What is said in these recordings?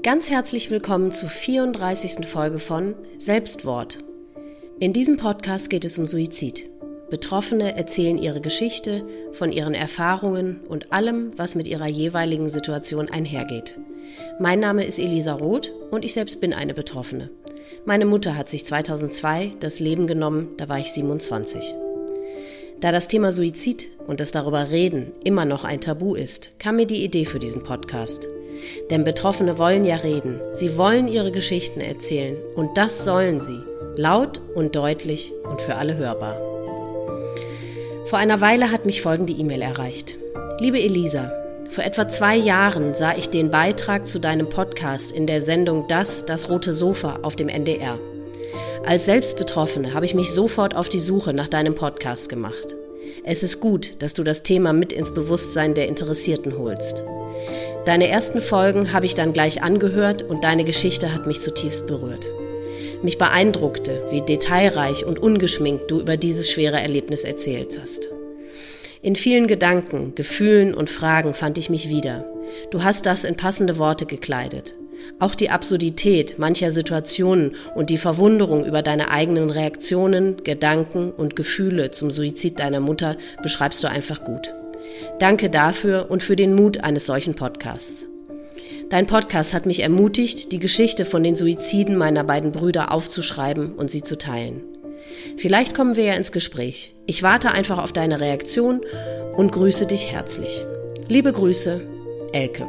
Ganz herzlich willkommen zur 34. Folge von Selbstwort. In diesem Podcast geht es um Suizid. Betroffene erzählen ihre Geschichte von ihren Erfahrungen und allem, was mit ihrer jeweiligen Situation einhergeht. Mein Name ist Elisa Roth und ich selbst bin eine Betroffene. Meine Mutter hat sich 2002 das Leben genommen, da war ich 27. Da das Thema Suizid und das darüber reden immer noch ein Tabu ist, kam mir die Idee für diesen Podcast. Denn Betroffene wollen ja reden, sie wollen ihre Geschichten erzählen und das sollen sie, laut und deutlich und für alle hörbar. Vor einer Weile hat mich folgende E-Mail erreicht. Liebe Elisa, vor etwa 2 Jahren sah ich den Beitrag zu deinem Podcast in der Sendung Das rote Sofa auf dem NDR. Als Selbstbetroffene habe ich mich sofort auf die Suche nach deinem Podcast gemacht. Es ist gut, dass du das Thema mit ins Bewusstsein der Interessierten holst. Deine ersten Folgen habe ich dann gleich angehört und deine Geschichte hat mich zutiefst berührt. Mich beeindruckte, wie detailreich und ungeschminkt du über dieses schwere Erlebnis erzählt hast. In vielen Gedanken, Gefühlen und Fragen fand ich mich wieder. Du hast das in passende Worte gekleidet. Auch die Absurdität mancher Situationen und die Verwunderung über deine eigenen Reaktionen, Gedanken und Gefühle zum Suizid deiner Mutter beschreibst du einfach gut. Danke dafür und für den Mut eines solchen Podcasts. Dein Podcast hat mich ermutigt, die Geschichte von den Suiziden meiner beiden Brüder aufzuschreiben und sie zu teilen. Vielleicht kommen wir ja ins Gespräch. Ich warte einfach auf deine Reaktion und grüße dich herzlich. Liebe Grüße, Elke.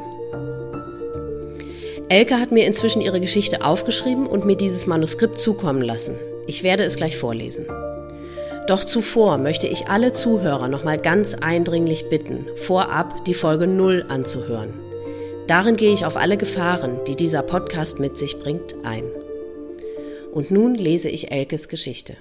Elke hat mir inzwischen ihre Geschichte aufgeschrieben und mir dieses Manuskript zukommen lassen. Ich werde es gleich vorlesen. Doch zuvor möchte ich alle Zuhörer nochmal ganz eindringlich bitten, vorab die Folge 0 anzuhören. Darin gehe ich auf alle Gefahren, die dieser Podcast mit sich bringt, ein. Und nun lese ich Elkes Geschichte.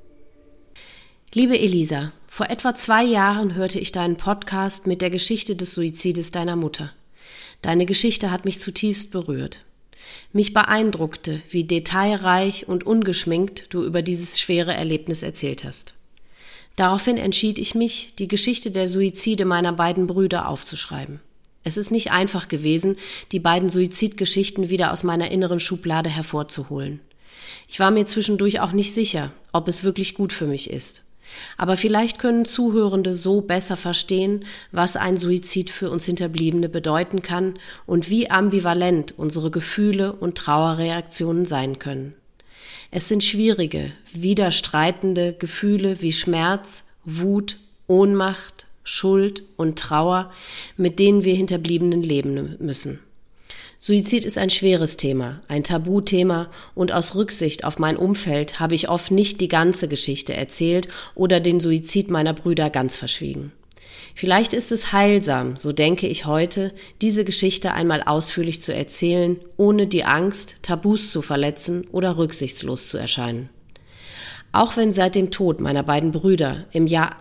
Liebe Elisa, vor etwa 2 Jahren hörte ich deinen Podcast mit der Geschichte des Suizides deiner Mutter. Deine Geschichte hat mich zutiefst berührt. Mich beeindruckte, wie detailreich und ungeschminkt du über dieses schwere Erlebnis erzählt hast. Daraufhin entschied ich mich, die Geschichte der Suizide meiner beiden Brüder aufzuschreiben. Es ist nicht einfach gewesen, die beiden Suizidgeschichten wieder aus meiner inneren Schublade hervorzuholen. Ich war mir zwischendurch auch nicht sicher, ob es wirklich gut für mich ist. Aber vielleicht können Zuhörende so besser verstehen, was ein Suizid für uns Hinterbliebene bedeuten kann und wie ambivalent unsere Gefühle und Trauerreaktionen sein können. Es sind schwierige, widerstreitende Gefühle wie Schmerz, Wut, Ohnmacht, Schuld und Trauer, mit denen wir Hinterbliebenen leben müssen. Suizid ist ein schweres Thema, ein Tabuthema und aus Rücksicht auf mein Umfeld habe ich oft nicht die ganze Geschichte erzählt oder den Suizid meiner Brüder ganz verschwiegen. Vielleicht ist es heilsam, so denke ich heute, diese Geschichte einmal ausführlich zu erzählen, ohne die Angst, Tabus zu verletzen oder rücksichtslos zu erscheinen. Auch wenn seit dem Tod meiner beiden Brüder im Jahr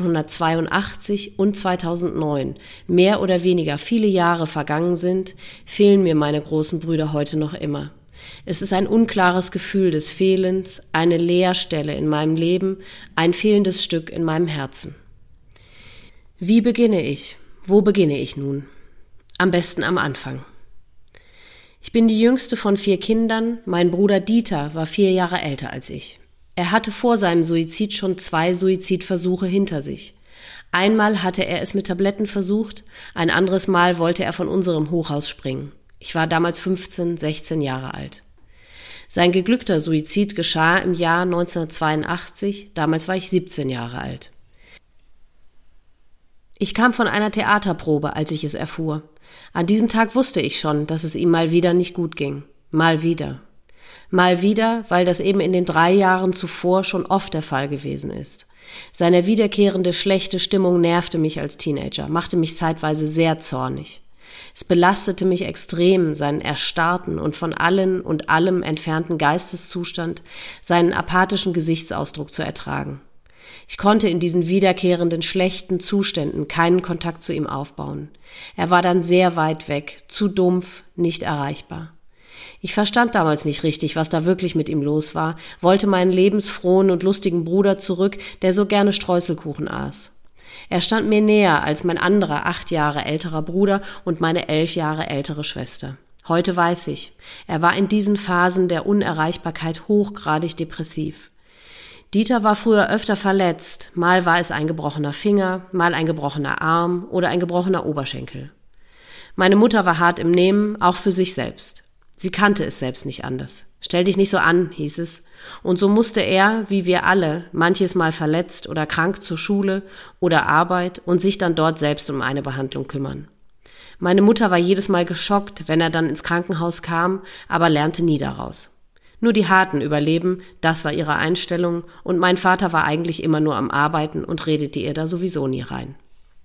1982 und 2009 mehr oder weniger viele Jahre vergangen sind, fehlen mir meine großen Brüder heute noch immer. Es ist ein unklares Gefühl des Fehlens, eine Leerstelle in meinem Leben, ein fehlendes Stück in meinem Herzen. Wie beginne ich? Wo beginne ich nun? Am besten am Anfang. Ich bin die jüngste von 4 Kindern, mein Bruder Dieter war 4 Jahre älter als ich. Er hatte vor seinem Suizid schon 2 Suizidversuche hinter sich. Einmal hatte er es mit Tabletten versucht, ein anderes Mal wollte er von unserem Hochhaus springen. Ich war damals 15, 16 Jahre alt. Sein geglückter Suizid geschah im Jahr 1982, damals war ich 17 Jahre alt. Ich kam von einer Theaterprobe, als ich es erfuhr. An diesem Tag wusste ich schon, dass es ihm mal wieder nicht gut ging. Mal wieder. Mal wieder, weil das eben in den 3 Jahren zuvor schon oft der Fall gewesen ist. Seine wiederkehrende schlechte Stimmung nervte mich als Teenager, machte mich zeitweise sehr zornig. Es belastete mich extrem, seinen erstarrten und von allen und allem entfernten Geisteszustand, seinen apathischen Gesichtsausdruck zu ertragen. Ich konnte in diesen wiederkehrenden schlechten Zuständen keinen Kontakt zu ihm aufbauen. Er war dann sehr weit weg, zu dumpf, nicht erreichbar. Ich verstand damals nicht richtig, was da wirklich mit ihm los war, wollte meinen lebensfrohen und lustigen Bruder zurück, der so gerne Streuselkuchen aß. Er stand mir näher als mein anderer 8 Jahre älterer Bruder und meine 11 Jahre ältere Schwester. Heute weiß ich, er war in diesen Phasen der Unerreichbarkeit hochgradig depressiv. Dieter war früher öfter verletzt, mal war es ein gebrochener Finger, mal ein gebrochener Arm oder ein gebrochener Oberschenkel. Meine Mutter war hart im Nehmen, auch für sich selbst. Sie kannte es selbst nicht anders. Stell dich nicht so an, hieß es. Und so musste er, wie wir alle, manches Mal verletzt oder krank zur Schule oder Arbeit und sich dann dort selbst um eine Behandlung kümmern. Meine Mutter war jedes Mal geschockt, wenn er dann ins Krankenhaus kam, aber lernte nie daraus. Nur die Harten überleben, das war ihre Einstellung, und mein Vater war eigentlich immer nur am Arbeiten und redete ihr da sowieso nie rein.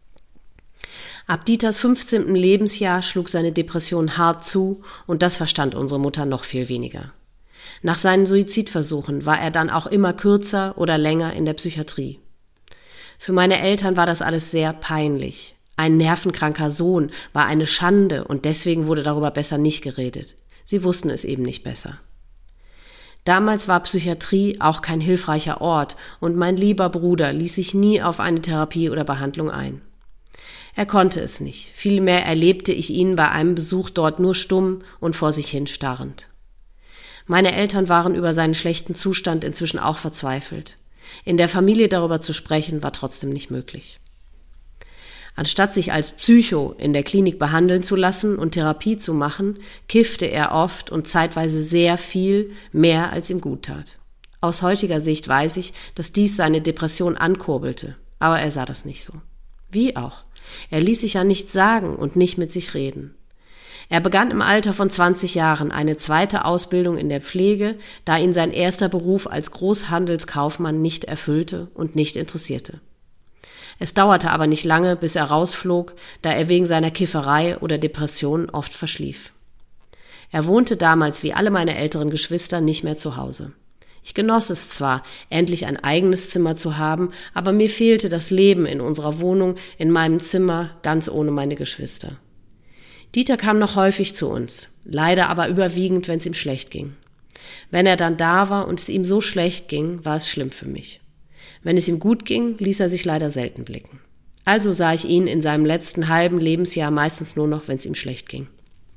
Ab Dieters 15. Lebensjahr schlug seine Depression hart zu und das verstand unsere Mutter noch viel weniger. Nach seinen Suizidversuchen war er dann auch immer kürzer oder länger in der Psychiatrie. Für meine Eltern war das alles sehr peinlich. Ein nervenkranker Sohn war eine Schande und deswegen wurde darüber besser nicht geredet. Sie wussten es eben nicht besser. Damals war Psychiatrie auch kein hilfreicher Ort und mein lieber Bruder ließ sich nie auf eine Therapie oder Behandlung ein. Er konnte es nicht, vielmehr erlebte ich ihn bei einem Besuch dort nur stumm und vor sich hin starrend. Meine Eltern waren über seinen schlechten Zustand inzwischen auch verzweifelt. In der Familie darüber zu sprechen, war trotzdem nicht möglich. Anstatt sich als Psycho in der Klinik behandeln zu lassen und Therapie zu machen, kiffte er oft und zeitweise sehr viel, mehr als ihm gut tat. Aus heutiger Sicht weiß ich, dass dies seine Depression ankurbelte, aber er sah das nicht so. Wie auch? Er ließ sich ja nichts sagen und nicht mit sich reden. Er begann im Alter von 20 Jahren eine zweite Ausbildung in der Pflege, da ihn sein erster Beruf als Großhandelskaufmann nicht erfüllte und nicht interessierte. Es dauerte aber nicht lange, bis er rausflog, da er wegen seiner Kifferei oder Depression oft verschlief. Er wohnte damals wie alle meine älteren Geschwister nicht mehr zu Hause. Ich genoss es zwar, endlich ein eigenes Zimmer zu haben, aber mir fehlte das Leben in unserer Wohnung, in meinem Zimmer, ganz ohne meine Geschwister. Dieter kam noch häufig zu uns, leider aber überwiegend, wenn es ihm schlecht ging. Wenn er dann da war und es ihm so schlecht ging, war es schlimm für mich. Wenn es ihm gut ging, ließ er sich leider selten blicken. Also sah ich ihn in seinem letzten halben Lebensjahr meistens nur noch, wenn es ihm schlecht ging.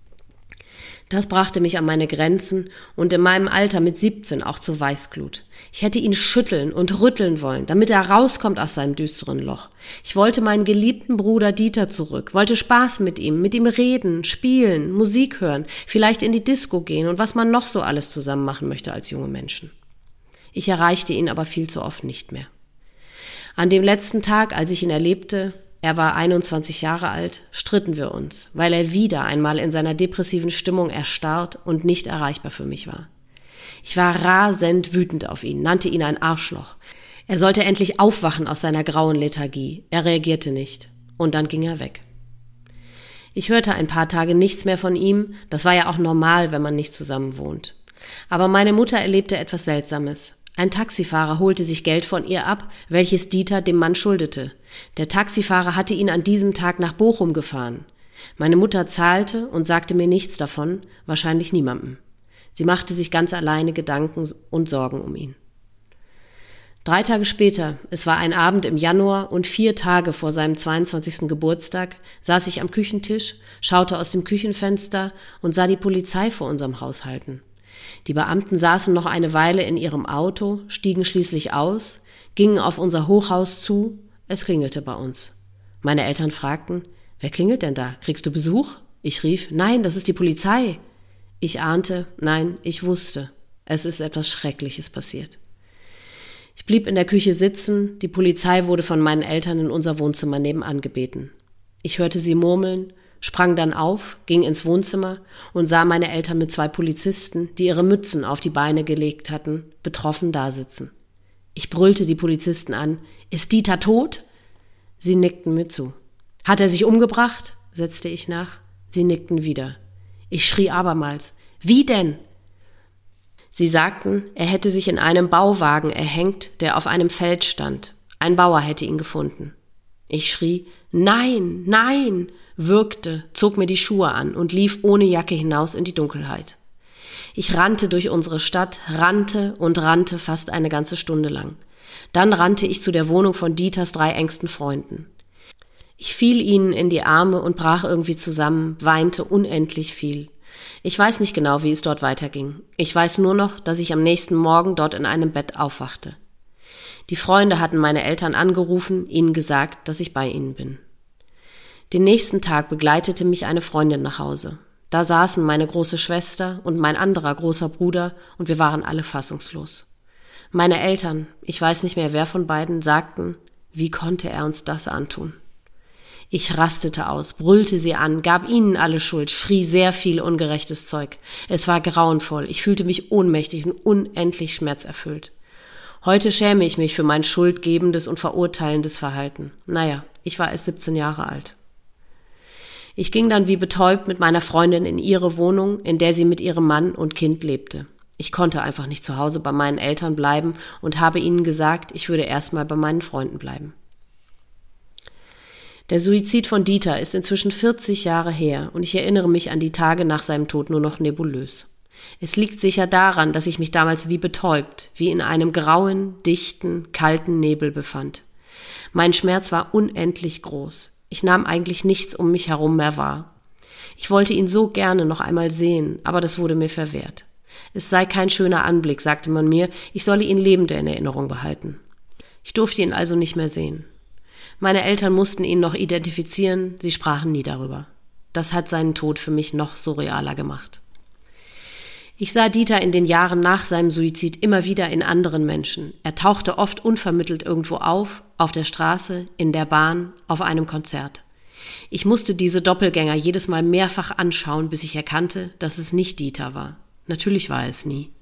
Das brachte mich an meine Grenzen und in meinem Alter mit 17 auch zur Weißglut. Ich hätte ihn schütteln und rütteln wollen, damit er rauskommt aus seinem düsteren Loch. Ich wollte meinen geliebten Bruder Dieter zurück, wollte Spaß mit ihm reden, spielen, Musik hören, vielleicht in die Disco gehen und was man noch so alles zusammen machen möchte als junge Menschen. Ich erreichte ihn aber viel zu oft nicht mehr. An dem letzten Tag, als ich ihn erlebte, er war 21 Jahre alt, stritten wir uns, weil er wieder einmal in seiner depressiven Stimmung erstarrt und nicht erreichbar für mich war. Ich war rasend wütend auf ihn, nannte ihn ein Arschloch. Er sollte endlich aufwachen aus seiner grauen Lethargie. Er reagierte nicht. Und dann ging er weg. Ich hörte ein paar Tage nichts mehr von ihm. Das war ja auch normal, wenn man nicht zusammen wohnt. Aber meine Mutter erlebte etwas Seltsames. Ein Taxifahrer holte sich Geld von ihr ab, welches Dieter dem Mann schuldete. Der Taxifahrer hatte ihn an diesem Tag nach Bochum gefahren. Meine Mutter zahlte und sagte mir nichts davon, wahrscheinlich niemandem. Sie machte sich ganz alleine Gedanken und Sorgen um ihn. 3 Tage später, es war ein Abend im Januar und 4 Tage vor seinem 22. Geburtstag, saß ich am Küchentisch, schaute aus dem Küchenfenster und sah die Polizei vor unserem Haus halten. Die Beamten saßen noch eine Weile in ihrem Auto, stiegen schließlich aus, gingen auf unser Hochhaus zu, es klingelte bei uns. Meine Eltern fragten, wer klingelt denn da? Kriegst du Besuch? Ich rief, nein, das ist die Polizei. Ich ahnte, nein, ich wusste, es ist etwas Schreckliches passiert. Ich blieb in der Küche sitzen, die Polizei wurde von meinen Eltern in unser Wohnzimmer nebenan gebeten. Ich hörte sie murmeln, sprang dann auf, ging ins Wohnzimmer und sah meine Eltern mit 2 Polizisten, die ihre Mützen auf die Beine gelegt hatten, betroffen dasitzen. Ich brüllte die Polizisten an, ist Dieter tot? Sie nickten mir zu. Hat er sich umgebracht? Setzte ich nach. Sie nickten wieder. Ich schrie abermals, wie denn? Sie sagten, er hätte sich in einem Bauwagen erhängt, der auf einem Feld stand. Ein Bauer hätte ihn gefunden. Ich schrie, nein, nein, würgte, zog mir die Schuhe an und lief ohne Jacke hinaus in die Dunkelheit. Ich rannte durch unsere Stadt, rannte und rannte fast eine ganze Stunde lang. Dann rannte ich zu der Wohnung von Dieters 3 engsten Freunden. Ich fiel ihnen in die Arme und brach irgendwie zusammen, weinte unendlich viel. Ich weiß nicht genau, wie es dort weiterging. Ich weiß nur noch, dass ich am nächsten Morgen dort in einem Bett aufwachte. Die Freunde hatten meine Eltern angerufen, ihnen gesagt, dass ich bei ihnen bin. Den nächsten Tag begleitete mich eine Freundin nach Hause. Da saßen meine große Schwester und mein anderer großer Bruder und wir waren alle fassungslos. Meine Eltern, ich weiß nicht mehr wer von beiden, sagten, wie konnte er uns das antun? Ich rastete aus, brüllte sie an, gab ihnen alle Schuld, schrie sehr viel ungerechtes Zeug. Es war grauenvoll, ich fühlte mich ohnmächtig und unendlich schmerzerfüllt. Heute schäme ich mich für mein schuldgebendes und verurteilendes Verhalten. Naja, ich war erst 17 Jahre alt. Ich ging dann wie betäubt mit meiner Freundin in ihre Wohnung, in der sie mit ihrem Mann und Kind lebte. Ich konnte einfach nicht zu Hause bei meinen Eltern bleiben und habe ihnen gesagt, ich würde erstmal bei meinen Freunden bleiben. Der Suizid von Dieter ist inzwischen 40 Jahre her und ich erinnere mich an die Tage nach seinem Tod nur noch nebulös. Es liegt sicher daran, dass ich mich damals wie betäubt, wie in einem grauen, dichten, kalten Nebel befand. Mein Schmerz war unendlich groß. Ich nahm eigentlich nichts um mich herum mehr wahr. Ich wollte ihn so gerne noch einmal sehen, aber das wurde mir verwehrt. Es sei kein schöner Anblick, sagte man mir, ich solle ihn lebend in Erinnerung behalten. Ich durfte ihn also nicht mehr sehen. Meine Eltern mussten ihn noch identifizieren, sie sprachen nie darüber. Das hat seinen Tod für mich noch surrealer gemacht. Ich sah Dieter in den Jahren nach seinem Suizid immer wieder in anderen Menschen. Er tauchte oft unvermittelt irgendwo auf der Straße, in der Bahn, auf einem Konzert. Ich musste diese Doppelgänger jedes Mal mehrfach anschauen, bis ich erkannte, dass es nicht Dieter war. Natürlich war es nie.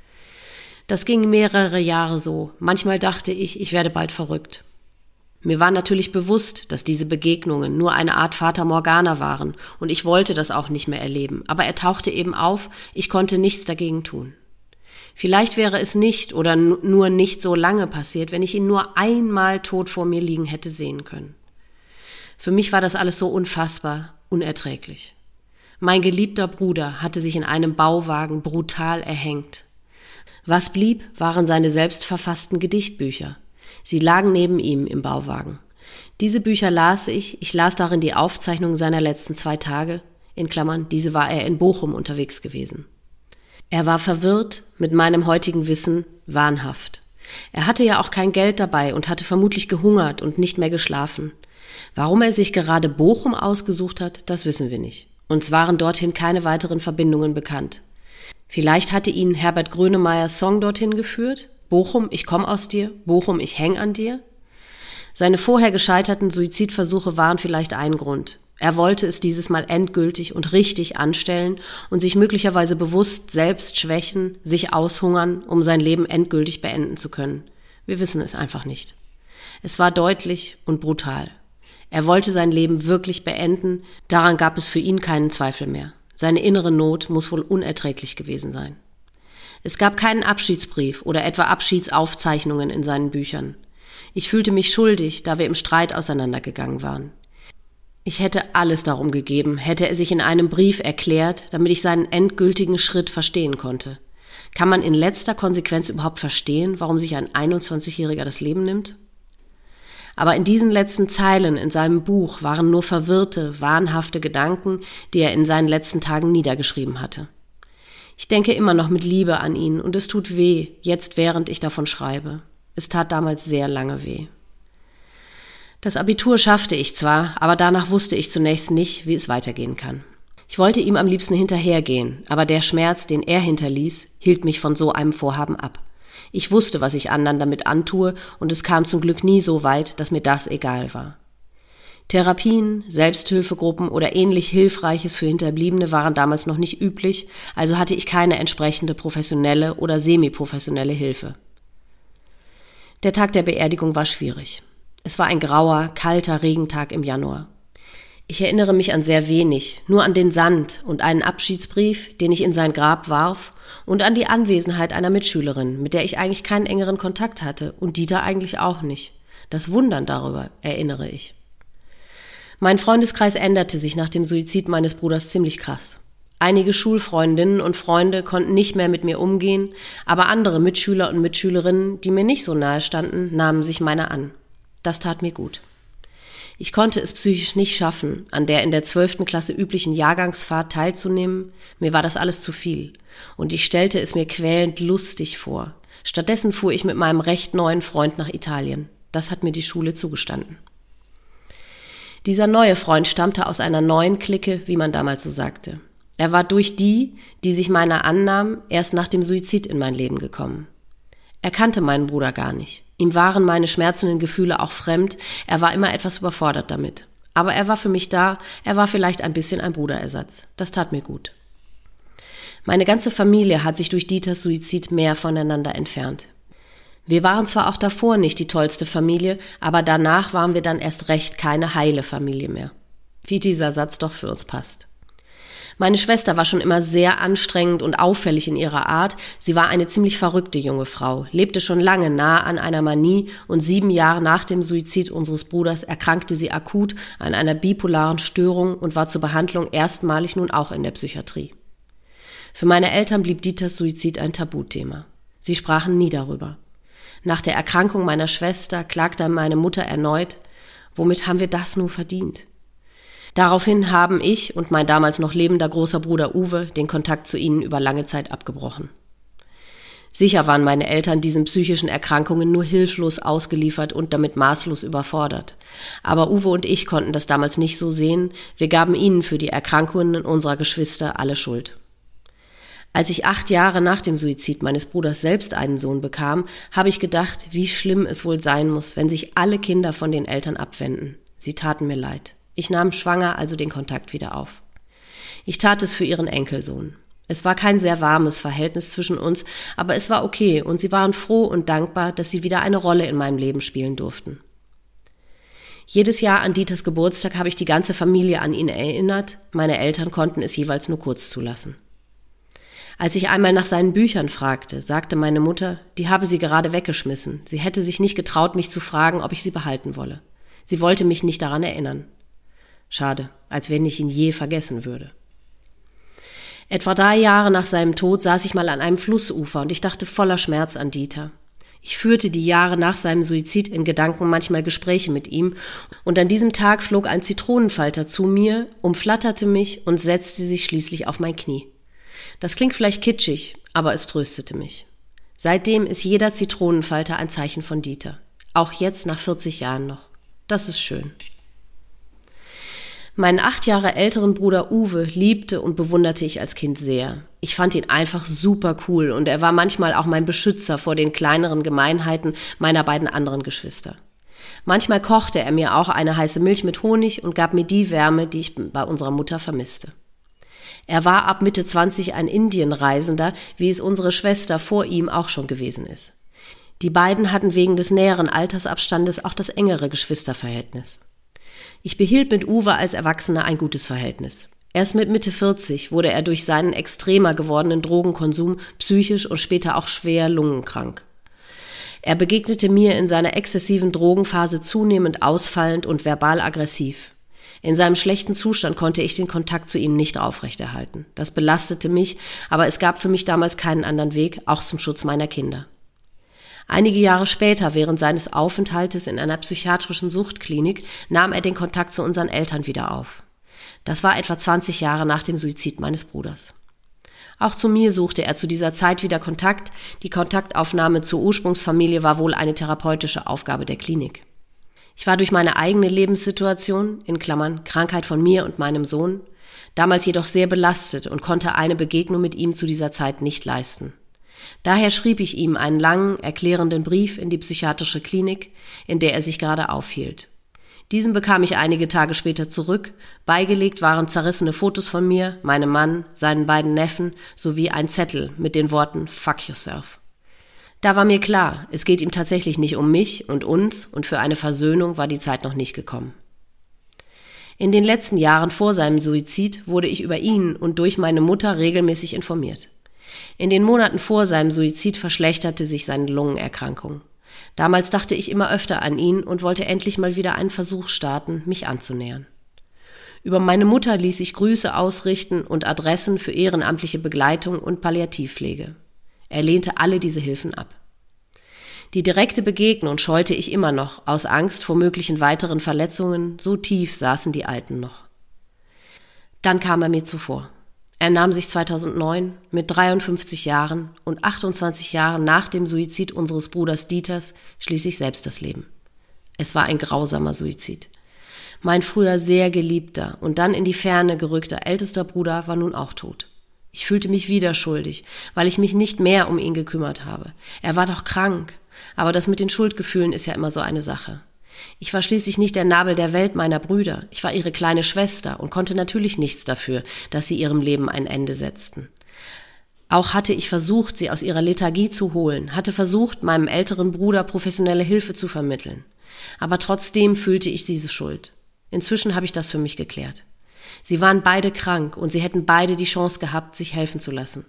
Das ging mehrere Jahre so. Manchmal dachte ich werde bald verrückt. Mir war natürlich bewusst, dass diese Begegnungen nur eine Art Fata Morgana waren und ich wollte das auch nicht mehr erleben, aber er tauchte eben auf, ich konnte nichts dagegen tun. Vielleicht wäre es nicht oder nur nicht so lange passiert, wenn ich ihn nur einmal tot vor mir liegen hätte sehen können. Für mich war das alles so unfassbar, unerträglich. Mein geliebter Bruder hatte sich in einem Bauwagen brutal erhängt. Was blieb, waren seine selbst verfassten Gedichtbücher. Sie lagen neben ihm im Bauwagen. Diese Bücher las ich las darin die Aufzeichnungen seiner letzten 2 Tage, in Klammern, diese war er in Bochum unterwegs gewesen. Er war verwirrt, mit meinem heutigen Wissen wahnhaft. Er hatte ja auch kein Geld dabei und hatte vermutlich gehungert und nicht mehr geschlafen. Warum er sich gerade Bochum ausgesucht hat, das wissen wir nicht. Uns waren dorthin keine weiteren Verbindungen bekannt. Vielleicht hatte ihn Herbert Grönemeyers Song dorthin geführt? Bochum, ich komm aus dir, Bochum, ich häng an dir. Seine vorher gescheiterten Suizidversuche waren vielleicht ein Grund. Er wollte es dieses Mal endgültig und richtig anstellen und sich möglicherweise bewusst selbst schwächen, sich aushungern, um sein Leben endgültig beenden zu können. Wir wissen es einfach nicht. Es war deutlich und brutal. Er wollte sein Leben wirklich beenden, daran gab es für ihn keinen Zweifel mehr. Seine innere Not muss wohl unerträglich gewesen sein. Es gab keinen Abschiedsbrief oder etwa Abschiedsaufzeichnungen in seinen Büchern. Ich fühlte mich schuldig, da wir im Streit auseinandergegangen waren. Ich hätte alles darum gegeben, hätte er sich in einem Brief erklärt, damit ich seinen endgültigen Schritt verstehen konnte. Kann man in letzter Konsequenz überhaupt verstehen, warum sich ein 21-Jähriger das Leben nimmt? Aber in diesen letzten Zeilen in seinem Buch waren nur verwirrte, wahnhafte Gedanken, die er in seinen letzten Tagen niedergeschrieben hatte. Ich denke immer noch mit Liebe an ihn und es tut weh, jetzt während ich davon schreibe. Es tat damals sehr lange weh. Das Abitur schaffte ich zwar, aber danach wusste ich zunächst nicht, wie es weitergehen kann. Ich wollte ihm am liebsten hinterhergehen, aber der Schmerz, den er hinterließ, hielt mich von so einem Vorhaben ab. Ich wusste, was ich anderen damit antue und es kam zum Glück nie so weit, dass mir das egal war. Therapien, Selbsthilfegruppen oder ähnlich Hilfreiches für Hinterbliebene waren damals noch nicht üblich, also hatte ich keine entsprechende professionelle oder semi-professionelle Hilfe. Der Tag der Beerdigung war schwierig. Es war ein grauer, kalter Regentag im Januar. Ich erinnere mich an sehr wenig, nur an den Sand und einen Abschiedsbrief, den ich in sein Grab warf, und an die Anwesenheit einer Mitschülerin, mit der ich eigentlich keinen engeren Kontakt hatte und Dieter eigentlich auch nicht. Das Wundern darüber erinnere ich. Mein Freundeskreis änderte sich nach dem Suizid meines Bruders ziemlich krass. Einige Schulfreundinnen und Freunde konnten nicht mehr mit mir umgehen, aber andere Mitschüler und Mitschülerinnen, die mir nicht so nahe standen, nahmen sich meiner an. Das tat mir gut. Ich konnte es psychisch nicht schaffen, an der in der 12. Klasse üblichen Jahrgangsfahrt teilzunehmen. Mir war das alles zu viel. Und ich stellte es mir quälend lustig vor. Stattdessen fuhr ich mit meinem recht neuen Freund nach Italien. Das hat mir die Schule zugestanden. Dieser neue Freund stammte aus einer neuen Clique, wie man damals so sagte. Er war durch die sich meiner annahmen, erst nach dem Suizid in mein Leben gekommen. Er kannte meinen Bruder gar nicht. Ihm waren meine schmerzenden Gefühle auch fremd, er war immer etwas überfordert damit. Aber er war für mich da, er war vielleicht ein bisschen ein Bruderersatz. Das tat mir gut. Meine ganze Familie hat sich durch Dieters Suizid mehr voneinander entfernt. Wir waren zwar auch davor nicht die tollste Familie, aber danach waren wir dann erst recht keine heile Familie mehr. Wie dieser Satz doch für uns passt. Meine Schwester war schon immer sehr anstrengend und auffällig in ihrer Art. Sie war eine ziemlich verrückte junge Frau, lebte schon lange nah an einer Manie und 7 Jahre nach dem Suizid unseres Bruders erkrankte sie akut an einer bipolaren Störung und war zur Behandlung erstmalig nun auch in der Psychiatrie. Für meine Eltern blieb Dieters Suizid ein Tabuthema. Sie sprachen nie darüber. Nach der Erkrankung meiner Schwester klagte meine Mutter erneut, womit haben wir das nun verdient? Daraufhin haben ich und mein damals noch lebender großer Bruder Uwe den Kontakt zu ihnen über lange Zeit abgebrochen. Sicher waren meine Eltern diesen psychischen Erkrankungen nur hilflos ausgeliefert und damit maßlos überfordert. Aber Uwe und ich konnten das damals nicht so sehen, wir gaben ihnen für die Erkrankungen unserer Geschwister alle Schuld. Als ich 8 Jahre nach dem Suizid meines Bruders selbst einen Sohn bekam, habe ich gedacht, wie schlimm es wohl sein muss, wenn sich alle Kinder von den Eltern abwenden. Sie taten mir leid. Ich nahm schwanger also den Kontakt wieder auf. Ich tat es für ihren Enkelsohn. Es war kein sehr warmes Verhältnis zwischen uns, aber es war okay und sie waren froh und dankbar, dass sie wieder eine Rolle in meinem Leben spielen durften. Jedes Jahr an Dieters Geburtstag habe ich die ganze Familie an ihn erinnert, meine Eltern konnten es jeweils nur kurz zulassen. Als ich einmal nach seinen Büchern fragte, sagte meine Mutter, die habe sie gerade weggeschmissen. Sie hätte sich nicht getraut, mich zu fragen, ob ich sie behalten wolle. Sie wollte mich nicht daran erinnern. Schade, als wenn ich ihn je vergessen würde. Etwa 3 Jahre nach seinem Tod saß ich mal an einem Flussufer und ich dachte voller Schmerz an Dieter. Ich führte die Jahre nach seinem Suizid in Gedanken manchmal Gespräche mit ihm und an diesem Tag flog ein Zitronenfalter zu mir, umflatterte mich und setzte sich schließlich auf mein Knie. Das klingt vielleicht kitschig, aber es tröstete mich. Seitdem ist jeder Zitronenfalter ein Zeichen von Dieter. Auch jetzt nach 40 Jahren noch. Das ist schön. Meinen 8 Jahre älteren Bruder Uwe liebte und bewunderte ich als Kind sehr. Ich fand ihn einfach super cool und er war manchmal auch mein Beschützer vor den kleineren Gemeinheiten meiner beiden anderen Geschwister. Manchmal kochte er mir auch eine heiße Milch mit Honig und gab mir die Wärme, die ich bei unserer Mutter vermisste. Er war ab Mitte 20 ein Indienreisender, wie es unsere Schwester vor ihm auch schon gewesen ist. Die beiden hatten wegen des näheren Altersabstandes auch das engere Geschwisterverhältnis. Ich behielt mit Uwe als Erwachsener ein gutes Verhältnis. Erst mit Mitte 40 wurde er durch seinen extremer gewordenen Drogenkonsum psychisch und später auch schwer lungenkrank. Er begegnete mir in seiner exzessiven Drogenphase zunehmend ausfallend und verbal aggressiv. In seinem schlechten Zustand konnte ich den Kontakt zu ihm nicht aufrechterhalten. Das belastete mich, aber es gab für mich damals keinen anderen Weg, auch zum Schutz meiner Kinder. Einige Jahre später, während seines Aufenthaltes in einer psychiatrischen Suchtklinik, nahm er den Kontakt zu unseren Eltern wieder auf. Das war etwa 20 Jahre nach dem Suizid meines Bruders. Auch zu mir suchte er zu dieser Zeit wieder Kontakt. Die Kontaktaufnahme zur Ursprungsfamilie war wohl eine therapeutische Aufgabe der Klinik. Ich war durch meine eigene Lebenssituation, in Klammern Krankheit von mir und meinem Sohn, damals jedoch sehr belastet und konnte eine Begegnung mit ihm zu dieser Zeit nicht leisten. Daher schrieb ich ihm einen langen, erklärenden Brief in die psychiatrische Klinik, in der er sich gerade aufhielt. Diesen bekam ich einige Tage später zurück. Beigelegt waren zerrissene Fotos von mir, meinem Mann, seinen beiden Neffen sowie ein Zettel mit den Worten "Fuck yourself". Da war mir klar, es geht ihm tatsächlich nicht um mich und uns und für eine Versöhnung war die Zeit noch nicht gekommen. In den letzten Jahren vor seinem Suizid wurde ich über ihn und durch meine Mutter regelmäßig informiert. In den Monaten vor seinem Suizid verschlechterte sich seine Lungenerkrankung. Damals dachte ich immer öfter an ihn und wollte endlich mal wieder einen Versuch starten, mich anzunähern. Über meine Mutter ließ ich Grüße ausrichten und Adressen für ehrenamtliche Begleitung und Palliativpflege. Er lehnte alle diese Hilfen ab. Die direkte Begegnung scheute ich immer noch, aus Angst vor möglichen weiteren Verletzungen, so tief saßen die Alten noch. Dann kam er mir zuvor. Er nahm sich 2009 mit 53 Jahren und 28 Jahren nach dem Suizid unseres Bruders Dieters schließlich selbst das Leben. Es war ein grausamer Suizid. Mein früher sehr geliebter und dann in die Ferne gerückter ältester Bruder war nun auch tot. Ich fühlte mich wieder schuldig, weil ich mich nicht mehr um ihn gekümmert habe. Er war doch krank, aber das mit den Schuldgefühlen ist ja immer so eine Sache. Ich war schließlich nicht der Nabel der Welt meiner Brüder. Ich war ihre kleine Schwester und konnte natürlich nichts dafür, dass sie ihrem Leben ein Ende setzten. Auch hatte ich versucht, sie aus ihrer Lethargie zu holen, hatte versucht, meinem älteren Bruder professionelle Hilfe zu vermitteln. Aber trotzdem fühlte ich diese Schuld. Inzwischen habe ich das für mich geklärt. Sie waren beide krank und sie hätten beide die Chance gehabt, sich helfen zu lassen.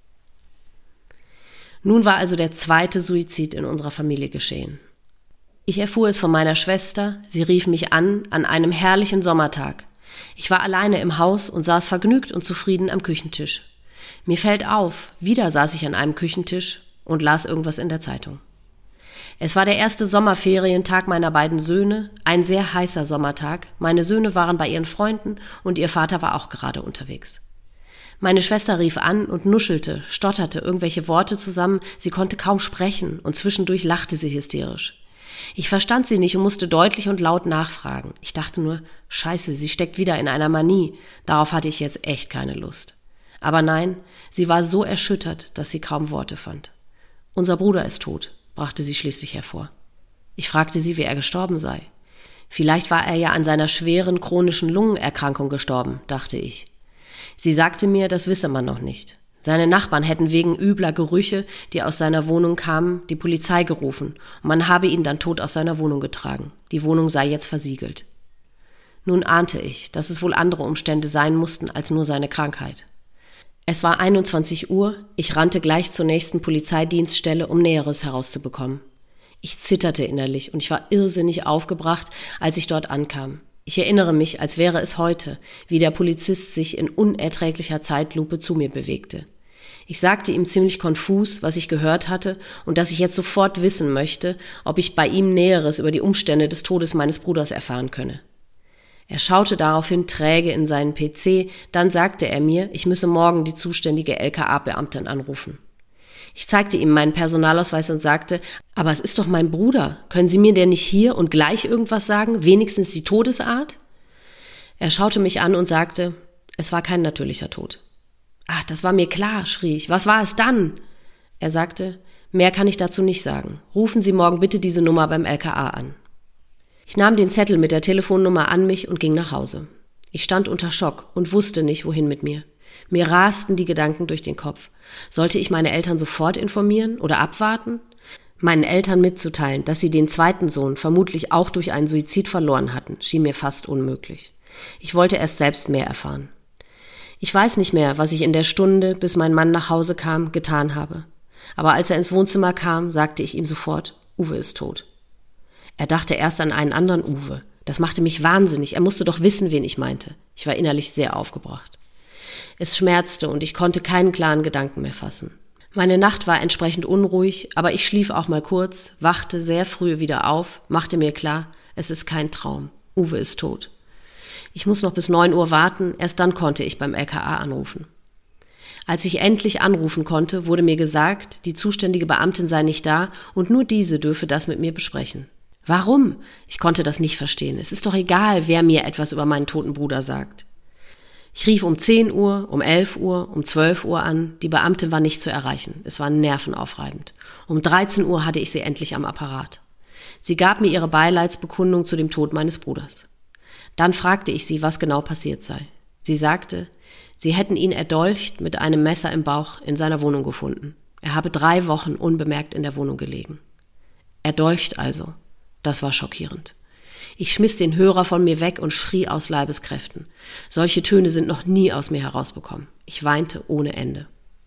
Nun war also der zweite Suizid in unserer Familie geschehen. Ich erfuhr es von meiner Schwester, sie rief mich an einem herrlichen Sommertag. Ich war alleine im Haus und saß vergnügt und zufrieden am Küchentisch. Mir fällt auf, wieder saß ich an einem Küchentisch und las irgendwas in der Zeitung. Es war der erste Sommerferientag meiner beiden Söhne, ein sehr heißer Sommertag. Meine Söhne waren bei ihren Freunden und ihr Vater war auch gerade unterwegs. Meine Schwester rief an und nuschelte, stotterte irgendwelche Worte zusammen, sie konnte kaum sprechen und zwischendurch lachte sie hysterisch. Ich verstand sie nicht und musste deutlich und laut nachfragen. Ich dachte nur, Scheiße, sie steckt wieder in einer Manie. Darauf hatte ich jetzt echt keine Lust. Aber nein, sie war so erschüttert, dass sie kaum Worte fand. Unser Bruder ist tot, brachte sie schließlich hervor. Ich fragte sie, wie er gestorben sei. Vielleicht war er ja an seiner schweren chronischen Lungenerkrankung gestorben, dachte ich. Sie sagte mir, das wisse man noch nicht. Seine Nachbarn hätten wegen übler Gerüche, die aus seiner Wohnung kamen, die Polizei gerufen und man habe ihn dann tot aus seiner Wohnung getragen. Die Wohnung sei jetzt versiegelt. Nun ahnte ich, dass es wohl andere Umstände sein mussten als nur seine Krankheit. Es war 21 Uhr, ich rannte gleich zur nächsten Polizeidienststelle, um Näheres herauszubekommen. Ich zitterte innerlich und ich war irrsinnig aufgebracht, als ich dort ankam. Ich erinnere mich, als wäre es heute, wie der Polizist sich in unerträglicher Zeitlupe zu mir bewegte. Ich sagte ihm ziemlich konfus, was ich gehört hatte und dass ich jetzt sofort wissen möchte, ob ich bei ihm Näheres über die Umstände des Todes meines Bruders erfahren könne. Er schaute daraufhin träge in seinen PC, dann sagte er mir, ich müsse morgen die zuständige LKA-Beamtin anrufen. Ich zeigte ihm meinen Personalausweis und sagte, aber es ist doch mein Bruder, können Sie mir denn nicht hier und gleich irgendwas sagen, wenigstens die Todesart? Er schaute mich an und sagte, es war kein natürlicher Tod. Ach, das war mir klar, schrie ich, was war es dann? Er sagte, mehr kann ich dazu nicht sagen, rufen Sie morgen bitte diese Nummer beim LKA an. Ich nahm den Zettel mit der Telefonnummer an mich und ging nach Hause. Ich stand unter Schock und wusste nicht, wohin mit mir. Mir rasten die Gedanken durch den Kopf. Sollte ich meine Eltern sofort informieren oder abwarten? Meinen Eltern mitzuteilen, dass sie den zweiten Sohn vermutlich auch durch einen Suizid verloren hatten, schien mir fast unmöglich. Ich wollte erst selbst mehr erfahren. Ich weiß nicht mehr, was ich in der Stunde, bis mein Mann nach Hause kam, getan habe. Aber als er ins Wohnzimmer kam, sagte ich ihm sofort, Uwe ist tot. Er dachte erst an einen anderen Uwe. Das machte mich wahnsinnig. Er musste doch wissen, wen ich meinte. Ich war innerlich sehr aufgebracht. Es schmerzte und ich konnte keinen klaren Gedanken mehr fassen. Meine Nacht war entsprechend unruhig, aber ich schlief auch mal kurz, wachte sehr früh wieder auf, machte mir klar, es ist kein Traum. Uwe ist tot. Ich muss noch bis 9 Uhr warten, erst dann konnte ich beim LKA anrufen. Als ich endlich anrufen konnte, wurde mir gesagt, die zuständige Beamtin sei nicht da und nur diese dürfe das mit mir besprechen. Warum? Ich konnte das nicht verstehen. Es ist doch egal, wer mir etwas über meinen toten Bruder sagt. Ich rief um 10 Uhr, um 11 Uhr, um 12 Uhr an. Die Beamtin war nicht zu erreichen. Es war nervenaufreibend. Um 13 Uhr hatte ich sie endlich am Apparat. Sie gab mir ihre Beileidsbekundung zu dem Tod meines Bruders. Dann fragte ich sie, was genau passiert sei. Sie sagte, sie hätten ihn erdolcht mit einem Messer im Bauch in seiner Wohnung gefunden. Er habe 3 Wochen unbemerkt in der Wohnung gelegen. Erdolcht also. Das war schockierend. Ich schmiss den Hörer von mir weg und schrie aus Leibeskräften. Solche Töne sind noch nie aus mir herausbekommen. Ich weinte ohne Ende.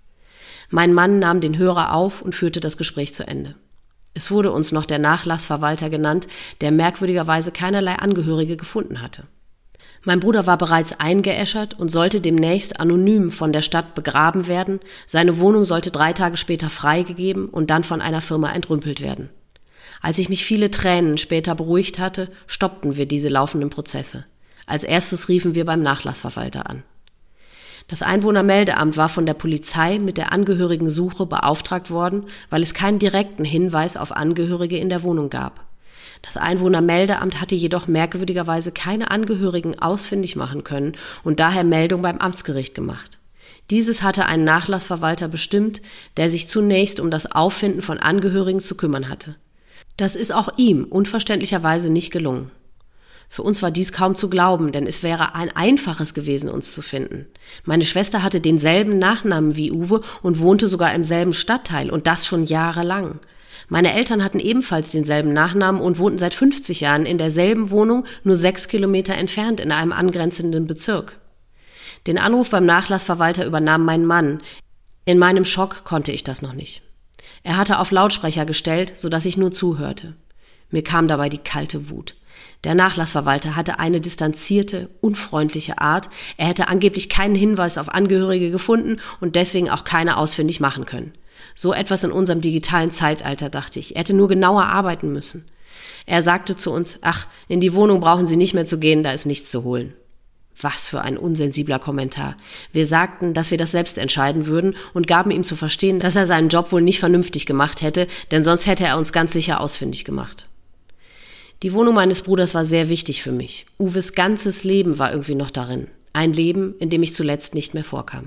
Mein Mann nahm den Hörer auf und führte das Gespräch zu Ende. Es wurde uns noch der Nachlassverwalter genannt, der merkwürdigerweise keinerlei Angehörige gefunden hatte. Mein Bruder war bereits eingeäschert und sollte demnächst anonym von der Stadt begraben werden. Seine Wohnung sollte 3 Tage später freigegeben und dann von einer Firma entrümpelt werden. Als ich mich viele Tränen später beruhigt hatte, stoppten wir diese laufenden Prozesse. Als erstes riefen wir beim Nachlassverwalter an. Das Einwohnermeldeamt war von der Polizei mit der Angehörigensuche beauftragt worden, weil es keinen direkten Hinweis auf Angehörige in der Wohnung gab. Das Einwohnermeldeamt hatte jedoch merkwürdigerweise keine Angehörigen ausfindig machen können und daher Meldung beim Amtsgericht gemacht. Dieses hatte einen Nachlassverwalter bestimmt, der sich zunächst um das Auffinden von Angehörigen zu kümmern hatte. Das ist auch ihm unverständlicherweise nicht gelungen. Für uns war dies kaum zu glauben, denn es wäre ein einfaches gewesen, uns zu finden. Meine Schwester hatte denselben Nachnamen wie Uwe und wohnte sogar im selben Stadtteil und das schon jahrelang. Meine Eltern hatten ebenfalls denselben Nachnamen und wohnten seit 50 Jahren in derselben Wohnung, nur 6 Kilometer entfernt in einem angrenzenden Bezirk. Den Anruf beim Nachlassverwalter übernahm mein Mann. In meinem Schock konnte ich das noch nicht. Er hatte auf Lautsprecher gestellt, sodass ich nur zuhörte. Mir kam dabei die kalte Wut. Der Nachlassverwalter hatte eine distanzierte, unfreundliche Art. Er hätte angeblich keinen Hinweis auf Angehörige gefunden und deswegen auch keine ausfindig machen können. So etwas in unserem digitalen Zeitalter, dachte ich. Er hätte nur genauer arbeiten müssen. Er sagte zu uns, ach, in die Wohnung brauchen Sie nicht mehr zu gehen, da ist nichts zu holen. Was für ein unsensibler Kommentar. Wir sagten, dass wir das selbst entscheiden würden und gaben ihm zu verstehen, dass er seinen Job wohl nicht vernünftig gemacht hätte, denn sonst hätte er uns ganz sicher ausfindig gemacht. Die Wohnung meines Bruders war sehr wichtig für mich. Uwes ganzes Leben war irgendwie noch darin. Ein Leben, in dem ich zuletzt nicht mehr vorkam.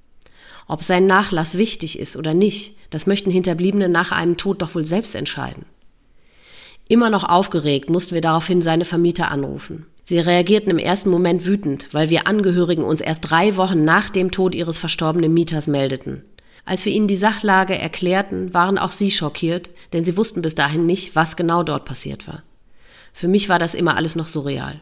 Ob sein Nachlass wichtig ist oder nicht, das möchten Hinterbliebene nach einem Tod doch wohl selbst entscheiden. Immer noch aufgeregt mussten wir daraufhin seine Vermieter anrufen. Sie reagierten im ersten Moment wütend, weil wir Angehörigen uns erst 3 Wochen nach dem Tod ihres verstorbenen Mieters meldeten. Als wir ihnen die Sachlage erklärten, waren auch sie schockiert, denn sie wussten bis dahin nicht, was genau dort passiert war. Für mich war das immer alles noch surreal.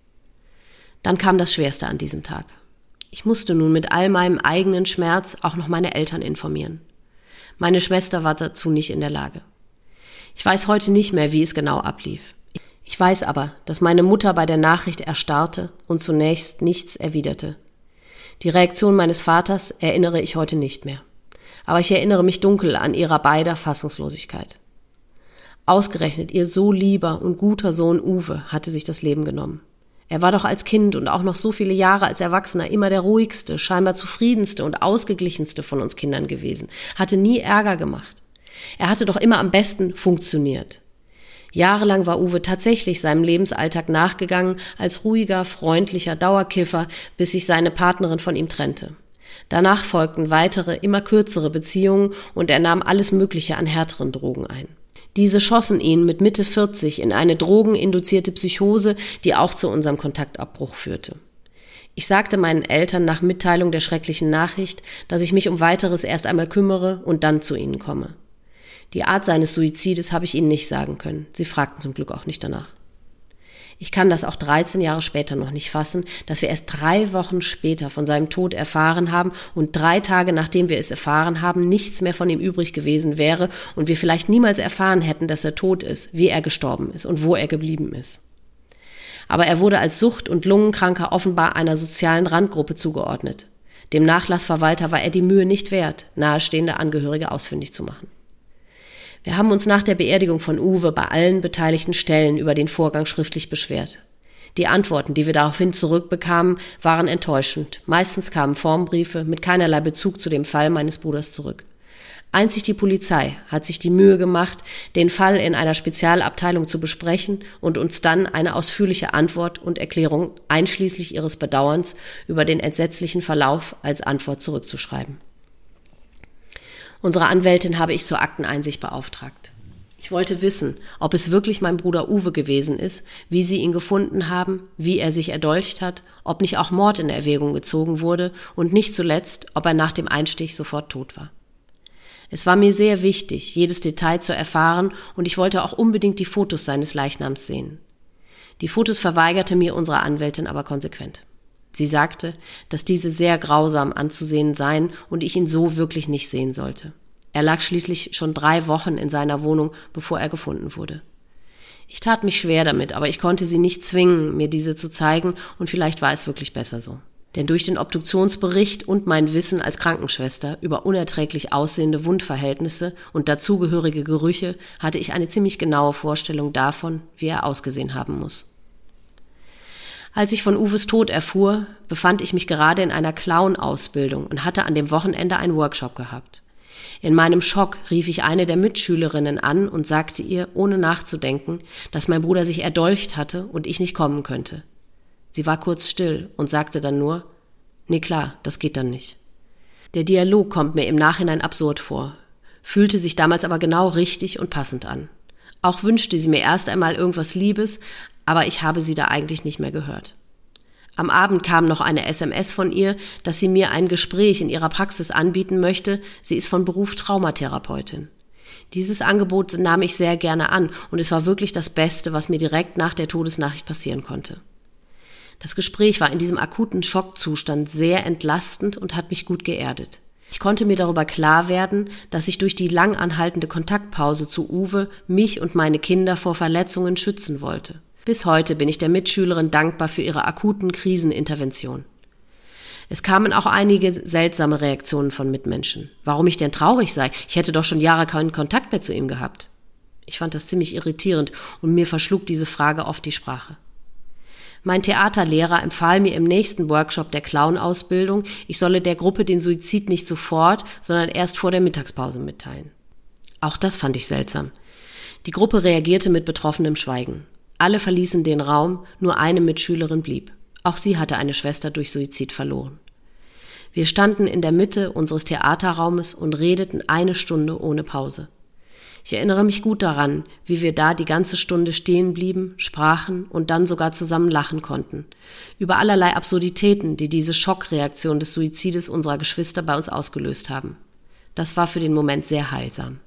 Dann kam das Schwerste an diesem Tag. Ich musste nun mit all meinem eigenen Schmerz auch noch meine Eltern informieren. Meine Schwester war dazu nicht in der Lage. Ich weiß heute nicht mehr, wie es genau ablief. Ich weiß aber, dass meine Mutter bei der Nachricht erstarrte und zunächst nichts erwiderte. Die Reaktion meines Vaters erinnere ich heute nicht mehr. Aber ich erinnere mich dunkel an ihrer beider Fassungslosigkeit. Ausgerechnet ihr so lieber und guter Sohn Uwe hatte sich das Leben genommen. Er war doch als Kind und auch noch so viele Jahre als Erwachsener immer der ruhigste, scheinbar zufriedenste und ausgeglichenste von uns Kindern gewesen, hatte nie Ärger gemacht. Er hatte doch immer am besten funktioniert. Jahrelang war Uwe tatsächlich seinem Lebensalltag nachgegangen als ruhiger, freundlicher Dauerkiffer, bis sich seine Partnerin von ihm trennte. Danach folgten weitere, immer kürzere Beziehungen und er nahm alles Mögliche an härteren Drogen ein. Diese schossen ihn mit Mitte 40 in eine drogeninduzierte Psychose, die auch zu unserem Kontaktabbruch führte. Ich sagte meinen Eltern nach Mitteilung der schrecklichen Nachricht, dass ich mich um Weiteres erst einmal kümmere und dann zu ihnen komme. Die Art seines Suizides habe ich ihnen nicht sagen können. Sie fragten zum Glück auch nicht danach. Ich kann das auch 13 Jahre später noch nicht fassen, dass wir erst 3 Wochen später von seinem Tod erfahren haben und 3 Tage nachdem wir es erfahren haben, nichts mehr von ihm übrig gewesen wäre und wir vielleicht niemals erfahren hätten, dass er tot ist, wie er gestorben ist und wo er geblieben ist. Aber er wurde als Sucht- und Lungenkranker offenbar einer sozialen Randgruppe zugeordnet. Dem Nachlassverwalter war er die Mühe nicht wert, nahestehende Angehörige ausfindig zu machen. Wir haben uns nach der Beerdigung von Uwe bei allen beteiligten Stellen über den Vorgang schriftlich beschwert. Die Antworten, die wir daraufhin zurückbekamen, waren enttäuschend. Meistens kamen Formbriefe mit keinerlei Bezug zu dem Fall meines Bruders zurück. Einzig die Polizei hat sich die Mühe gemacht, den Fall in einer Spezialabteilung zu besprechen und uns dann eine ausführliche Antwort und Erklärung einschließlich ihres Bedauerns über den entsetzlichen Verlauf als Antwort zurückzuschreiben. Unsere Anwältin habe ich zur Akteneinsicht beauftragt. Ich wollte wissen, ob es wirklich mein Bruder Uwe gewesen ist, wie sie ihn gefunden haben, wie er sich erdolcht hat, ob nicht auch Mord in Erwägung gezogen wurde und nicht zuletzt, ob er nach dem Einstich sofort tot war. Es war mir sehr wichtig, jedes Detail zu erfahren und ich wollte auch unbedingt die Fotos seines Leichnams sehen. Die Fotos verweigerte mir unsere Anwältin aber konsequent. Sie sagte, dass diese sehr grausam anzusehen seien und ich ihn so wirklich nicht sehen sollte. Er lag schließlich schon 3 Wochen in seiner Wohnung, bevor er gefunden wurde. Ich tat mich schwer damit, aber ich konnte sie nicht zwingen, mir diese zu zeigen und vielleicht war es wirklich besser so. Denn durch den Obduktionsbericht und mein Wissen als Krankenschwester über unerträglich aussehende Wundverhältnisse und dazugehörige Gerüche hatte ich eine ziemlich genaue Vorstellung davon, wie er ausgesehen haben muss. Als ich von Uwes Tod erfuhr, befand ich mich gerade in einer Clown-Ausbildung und hatte an dem Wochenende einen Workshop gehabt. In meinem Schock rief ich eine der Mitschülerinnen an und sagte ihr, ohne nachzudenken, dass mein Bruder sich erdolcht hatte und ich nicht kommen könnte. Sie war kurz still und sagte dann nur, nee klar, das geht dann nicht. Der Dialog kommt mir im Nachhinein absurd vor, fühlte sich damals aber genau richtig und passend an. Auch wünschte sie mir erst einmal irgendwas Liebes, aber ich habe sie da eigentlich nicht mehr gehört. Am Abend kam noch eine SMS von ihr, dass sie mir ein Gespräch in ihrer Praxis anbieten möchte. Sie ist von Beruf Traumatherapeutin. Dieses Angebot nahm ich sehr gerne an und es war wirklich das Beste, was mir direkt nach der Todesnachricht passieren konnte. Das Gespräch war in diesem akuten Schockzustand sehr entlastend und hat mich gut geerdet. Ich konnte mir darüber klar werden, dass ich durch die lang anhaltende Kontaktpause zu Uwe mich und meine Kinder vor Verletzungen schützen wollte. Bis heute bin ich der Mitschülerin dankbar für ihre akuten Krisenintervention. Es kamen auch einige seltsame Reaktionen von Mitmenschen. Warum ich denn traurig sei? Ich hätte doch schon Jahre keinen Kontakt mehr zu ihm gehabt. Ich fand das ziemlich irritierend und mir verschlug diese Frage oft die Sprache. Mein Theaterlehrer empfahl mir im nächsten Workshop der Clown-Ausbildung, ich solle der Gruppe den Suizid nicht sofort, sondern erst vor der Mittagspause mitteilen. Auch das fand ich seltsam. Die Gruppe reagierte mit betroffenem Schweigen. Alle verließen den Raum, nur eine Mitschülerin blieb. Auch sie hatte eine Schwester durch Suizid verloren. Wir standen in der Mitte unseres Theaterraumes und redeten 1 Stunde ohne Pause. Ich erinnere mich gut daran, wie wir da die ganze Stunde stehen blieben, sprachen und dann sogar zusammen lachen konnten. Über allerlei Absurditäten, die diese Schockreaktion des Suizides unserer Geschwister bei uns ausgelöst haben. Das war für den Moment sehr heilsam.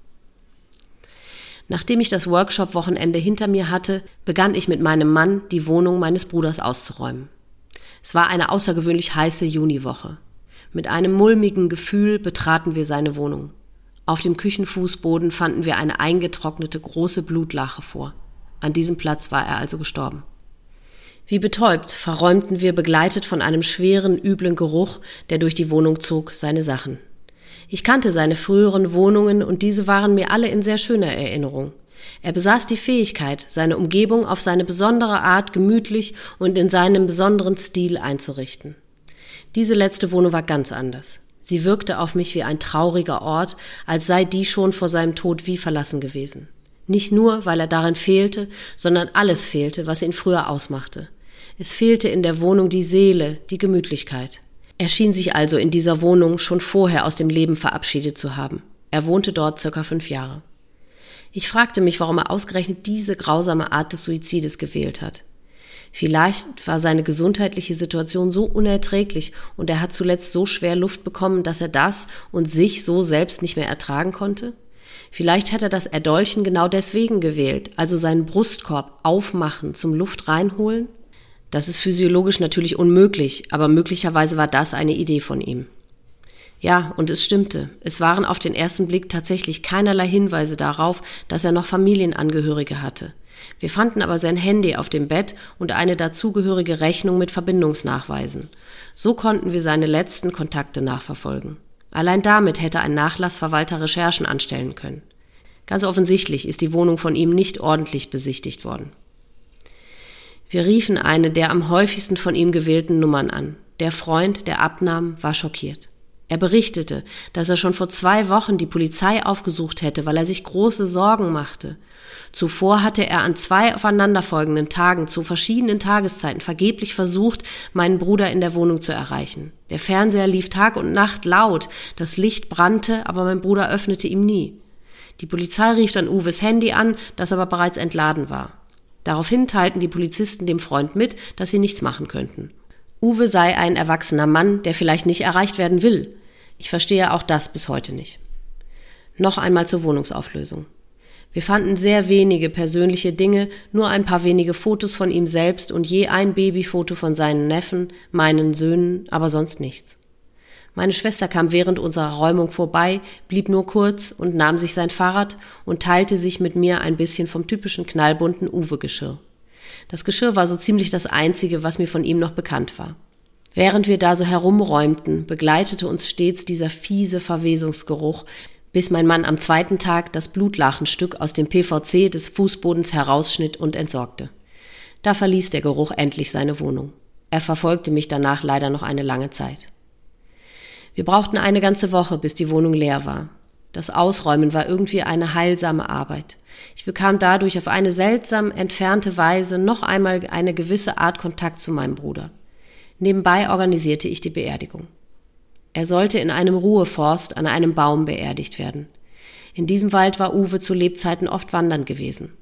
Nachdem ich das Workshop-Wochenende hinter mir hatte, begann ich mit meinem Mann, die Wohnung meines Bruders auszuräumen. Es war eine außergewöhnlich heiße Juniwoche. Mit einem mulmigen Gefühl betraten wir seine Wohnung. Auf dem Küchenfußboden fanden wir eine eingetrocknete große Blutlache vor. An diesem Platz war er also gestorben. Wie betäubt verräumten wir, begleitet von einem schweren, üblen Geruch, der durch die Wohnung zog, seine Sachen. Ich kannte seine früheren Wohnungen und diese waren mir alle in sehr schöner Erinnerung. Er besaß die Fähigkeit, seine Umgebung auf seine besondere Art gemütlich und in seinem besonderen Stil einzurichten. Diese letzte Wohnung war ganz anders. Sie wirkte auf mich wie ein trauriger Ort, als sei die schon vor seinem Tod wie verlassen gewesen. Nicht nur, weil er darin fehlte, sondern alles fehlte, was ihn früher ausmachte. Es fehlte in der Wohnung die Seele, die Gemütlichkeit. Er schien sich also in dieser Wohnung schon vorher aus dem Leben verabschiedet zu haben. Er wohnte dort ca. 5 Jahre. Ich fragte mich, warum er ausgerechnet diese grausame Art des Suizides gewählt hat. Vielleicht war seine gesundheitliche Situation so unerträglich und er hat zuletzt so schwer Luft bekommen, dass er das und sich so selbst nicht mehr ertragen konnte? Vielleicht hat er das Erdolchen genau deswegen gewählt, also seinen Brustkorb aufmachen, zum Luft reinholen? Das ist physiologisch natürlich unmöglich, aber möglicherweise war das eine Idee von ihm. Ja, und es stimmte. Es waren auf den ersten Blick tatsächlich keinerlei Hinweise darauf, dass er noch Familienangehörige hatte. Wir fanden aber sein Handy auf dem Bett und eine dazugehörige Rechnung mit Verbindungsnachweisen. So konnten wir seine letzten Kontakte nachverfolgen. Allein damit hätte ein Nachlassverwalter Recherchen anstellen können. Ganz offensichtlich ist die Wohnung von ihm nicht ordentlich besichtigt worden. Wir riefen eine der am häufigsten von ihm gewählten Nummern an. Der Freund, der abnahm, war schockiert. Er berichtete, dass er schon vor 2 Wochen die Polizei aufgesucht hätte, weil er sich große Sorgen machte. Zuvor hatte er an 2 aufeinanderfolgenden Tagen zu verschiedenen Tageszeiten vergeblich versucht, meinen Bruder in der Wohnung zu erreichen. Der Fernseher lief Tag und Nacht laut, das Licht brannte, aber mein Bruder öffnete ihm nie. Die Polizei rief dann Uwes Handy an, das aber bereits entladen war. Daraufhin teilten die Polizisten dem Freund mit, dass sie nichts machen könnten. Uwe sei ein erwachsener Mann, der vielleicht nicht erreicht werden will. Ich verstehe auch das bis heute nicht. Noch einmal zur Wohnungsauflösung. Wir fanden sehr wenige persönliche Dinge, nur ein paar wenige Fotos von ihm selbst und je ein Babyfoto von seinen Neffen, meinen Söhnen, aber sonst nichts. Meine Schwester kam während unserer Räumung vorbei, blieb nur kurz und nahm sich sein Fahrrad und teilte sich mit mir ein bisschen vom typischen knallbunten Uwe-Geschirr. Das Geschirr war so ziemlich das Einzige, was mir von ihm noch bekannt war. Während wir da so herumräumten, begleitete uns stets dieser fiese Verwesungsgeruch, bis mein Mann am zweiten Tag das Blutlachenstück aus dem PVC des Fußbodens herausschnitt und entsorgte. Da verließ der Geruch endlich seine Wohnung. Er verfolgte mich danach leider noch eine lange Zeit. Wir brauchten eine ganze Woche, bis die Wohnung leer war. Das Ausräumen war irgendwie eine heilsame Arbeit. Ich bekam dadurch auf eine seltsam entfernte Weise noch einmal eine gewisse Art Kontakt zu meinem Bruder. Nebenbei organisierte ich die Beerdigung. Er sollte in einem Ruheforst an einem Baum beerdigt werden. In diesem Wald war Uwe zu Lebzeiten oft wandern gewesen.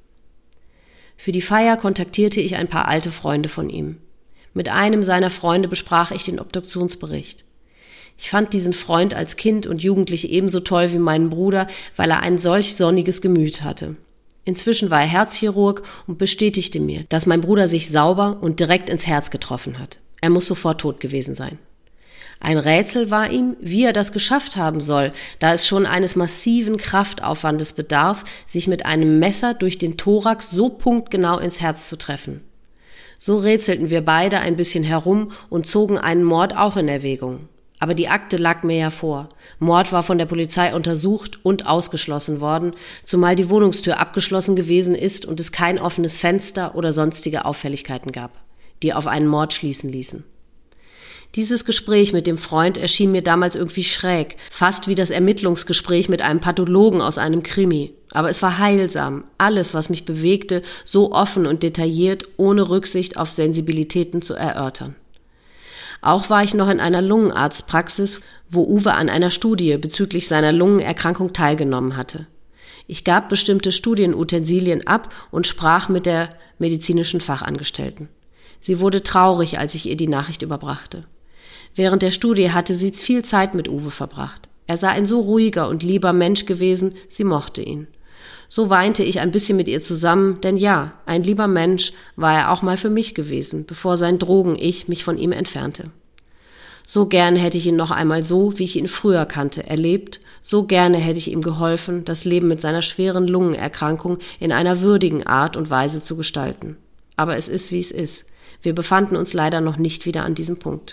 Für die Feier kontaktierte ich ein paar alte Freunde von ihm. Mit einem seiner Freunde besprach ich den Obduktionsbericht. Ich fand diesen Freund als Kind und Jugendlich ebenso toll wie meinen Bruder, weil er ein solch sonniges Gemüt hatte. Inzwischen war er Herzchirurg und bestätigte mir, dass mein Bruder sich sauber und direkt ins Herz getroffen hat. Er muss sofort tot gewesen sein. Ein Rätsel war ihm, wie er das geschafft haben soll, da es schon eines massiven Kraftaufwandes bedarf, sich mit einem Messer durch den Thorax so punktgenau ins Herz zu treffen. So rätselten wir beide ein bisschen herum und zogen einen Mord auch in Erwägung. Aber die Akte lag mir ja vor. Mord war von der Polizei untersucht und ausgeschlossen worden, zumal die Wohnungstür abgeschlossen gewesen ist und es kein offenes Fenster oder sonstige Auffälligkeiten gab, die auf einen Mord schließen ließen. Dieses Gespräch mit dem Freund erschien mir damals irgendwie schräg, fast wie das Ermittlungsgespräch mit einem Pathologen aus einem Krimi. Aber es war heilsam, alles, was mich bewegte, so offen und detailliert, ohne Rücksicht auf Sensibilitäten zu erörtern. Auch war ich noch in einer Lungenarztpraxis, wo Uwe an einer Studie bezüglich seiner Lungenerkrankung teilgenommen hatte. Ich gab bestimmte Studienutensilien ab und sprach mit der medizinischen Fachangestellten. Sie wurde traurig, als ich ihr die Nachricht überbrachte. Während der Studie hatte sie viel Zeit mit Uwe verbracht. Er sei ein so ruhiger und lieber Mensch gewesen, sie mochte ihn. So weinte ich ein bisschen mit ihr zusammen, denn ja, ein lieber Mensch war er auch mal für mich gewesen, bevor sein Drogen-Ich mich von ihm entfernte. So gerne hätte ich ihn noch einmal so, wie ich ihn früher kannte, erlebt, so gerne hätte ich ihm geholfen, das Leben mit seiner schweren Lungenerkrankung in einer würdigen Art und Weise zu gestalten. Aber es ist, wie es ist. Wir befanden uns leider noch nicht wieder an diesem Punkt.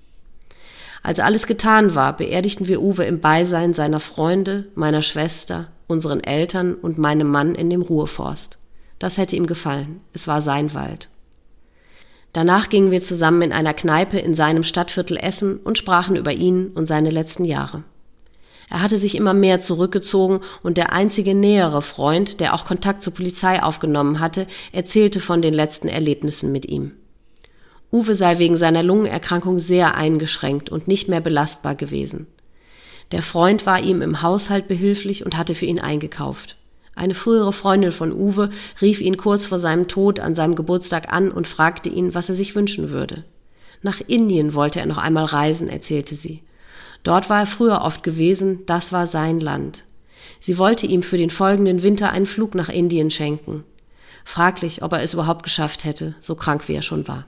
Als alles getan war, beerdigten wir Uwe im Beisein seiner Freunde, meiner Schwester, unseren Eltern und meinem Mann in dem Ruheforst. Das hätte ihm gefallen. Es war sein Wald. Danach gingen wir zusammen in einer Kneipe in seinem Stadtviertel essen und sprachen über ihn und seine letzten Jahre. Er hatte sich immer mehr zurückgezogen und der einzige nähere Freund, der auch Kontakt zur Polizei aufgenommen hatte, erzählte von den letzten Erlebnissen mit ihm. Uwe sei wegen seiner Lungenerkrankung sehr eingeschränkt und nicht mehr belastbar gewesen. Der Freund war ihm im Haushalt behilflich und hatte für ihn eingekauft. Eine frühere Freundin von Uwe rief ihn kurz vor seinem Tod an seinem Geburtstag an und fragte ihn, was er sich wünschen würde. Nach Indien wollte er noch einmal reisen, erzählte sie. Dort war er früher oft gewesen, das war sein Land. Sie wollte ihm für den folgenden Winter einen Flug nach Indien schenken. Fraglich, ob er es überhaupt geschafft hätte, so krank wie er schon war.